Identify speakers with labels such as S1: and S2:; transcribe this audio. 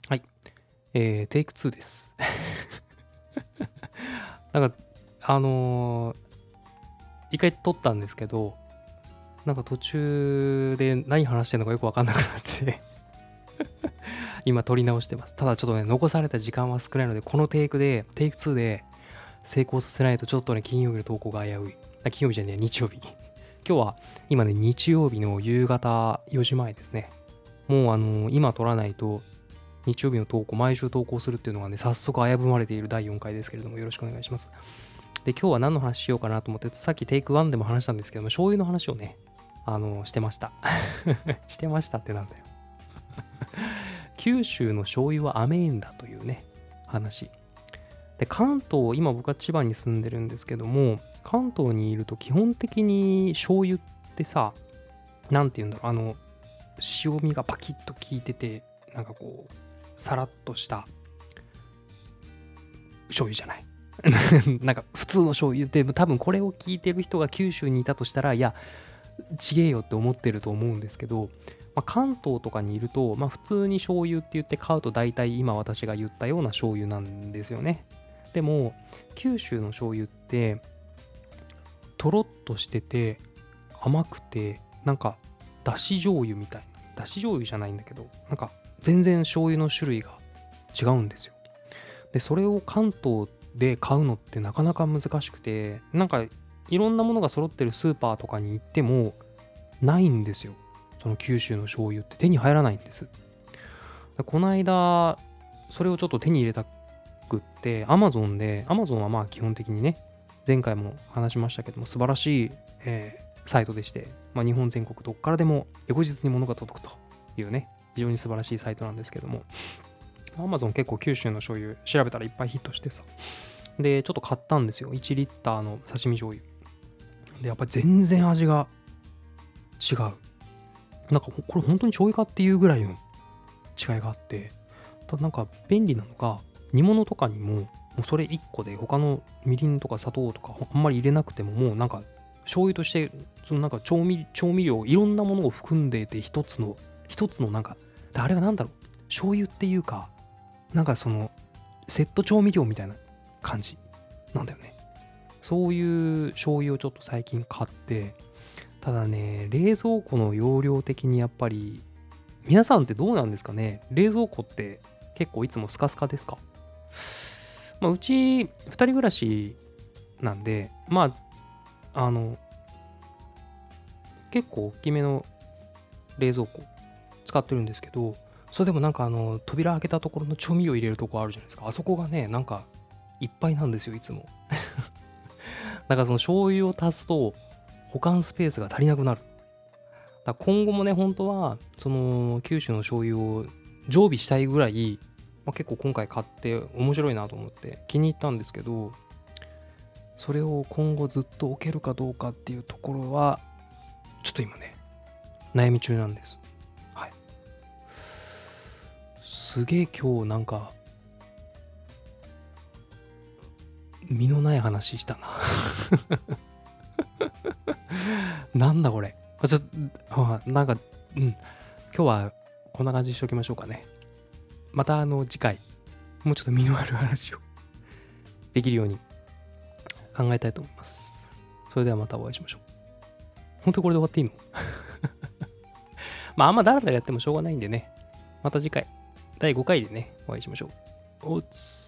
S1: はい。テイク2です。なんか、あのー一回撮ったんですけど、なんか途中で何話してんのかよくわかんなくなって今撮り直してます。ただちょっとね、残された時間は少ないので、このテイク2で成功させないとちょっとね、金曜日の投稿が危うい。金曜日じゃねえ、日曜日。今日は、今ね、日曜日の夕方4時前ですね。もう今撮らないと、日曜日の投稿、毎週投稿するっていうのがね、早速危ぶまれている第4回ですけれども、よろしくお願いします。で、今日は何の話しようかなと思って、さっきテイク1でも話したんですけども、醤油の話をね、してました。してましたってなんだよ。九州の醤油は甘いんだというね、話。で、関東、今僕は千葉に住んでるんですけども、関東にいると基本的に醤油ってさ、なんて言うんだろう、塩味がパキッと効いてて、なんかこう、さらっとした醤油じゃない。なんか普通の醤油って多分これを聞いてる人が九州にいたとしたら、いや、ちげえよって思ってると思うんですけど、関東とかにいると、普通に醤油って言って買うと大体今私が言ったような醤油なんですよね。でも、九州の醤油って、とろっとしてて、甘くて、なんか、だし醤油みたいな。だし醤油じゃないんだけど、なんか、全然醤油の種類が違うんですよ。で、それを関東で買うのってなかなか難しくて、なんか、いろんなものが揃ってるスーパーとかに行っても、ないんですよ。その九州の醤油って手に入らないんです。この間、それをちょっと手に入れたくって、Amazon は基本的にね、前回も話しましたけども、素晴らしい、サイトでして、日本全国どっからでも翌日に物が届くというね、非常に素晴らしいサイトなんですけども、Amazon 結構九州の醤油調べたらいっぱいヒットしてさ、で、ちょっと買ったんですよ。1リッターの刺身醤油。で、やっぱり全然味が違う。なんかこれ本当に醤油かっていうぐらいの違いがあって、ただなんか便利なのが、煮物とかにもうそれ1個で他のみりんとか砂糖とかあんまり入れなくても、もうなんか醤油としてそのなんか調味料いろんなものを含んでいて一つのなんか、あれはなんだろう、醤油っていうか、なんかそのセット調味料みたいな感じなんだよね。そういう醤油をちょっと最近買って、ただね、冷蔵庫の容量的にやっぱり、皆さんってどうなんですかね。冷蔵庫って結構いつもスカスカですか？うち2人暮らしなんで、結構大きめの冷蔵庫使ってるんですけど、それでもなんか扉開けたところの調味料入れるとこあるじゃないですか。あそこがね、なんかいっぱいなんですよ、いつも。だからその醤油を足すと保管スペースが足りなくなる。だから今後もね、本当は、その九州の醤油を常備したいぐらい、結構今回買って面白いなと思って気に入ったんですけど、それを今後ずっと置けるかどうかっていうところは、ちょっと今ね、悩み中なんです。はい。すげえ今日なんか、身のない話したな。なんだこれ。なんか、今日はこんな感じにしときましょうかね。また次回、もうちょっと身のある話をできるように考えたいと思います。それではまたお会いしましょう。本当にこれで終わっていいの？あんまだらだらやってもしょうがないんでね。また次回、第5回でね、お会いしましょう。おつ。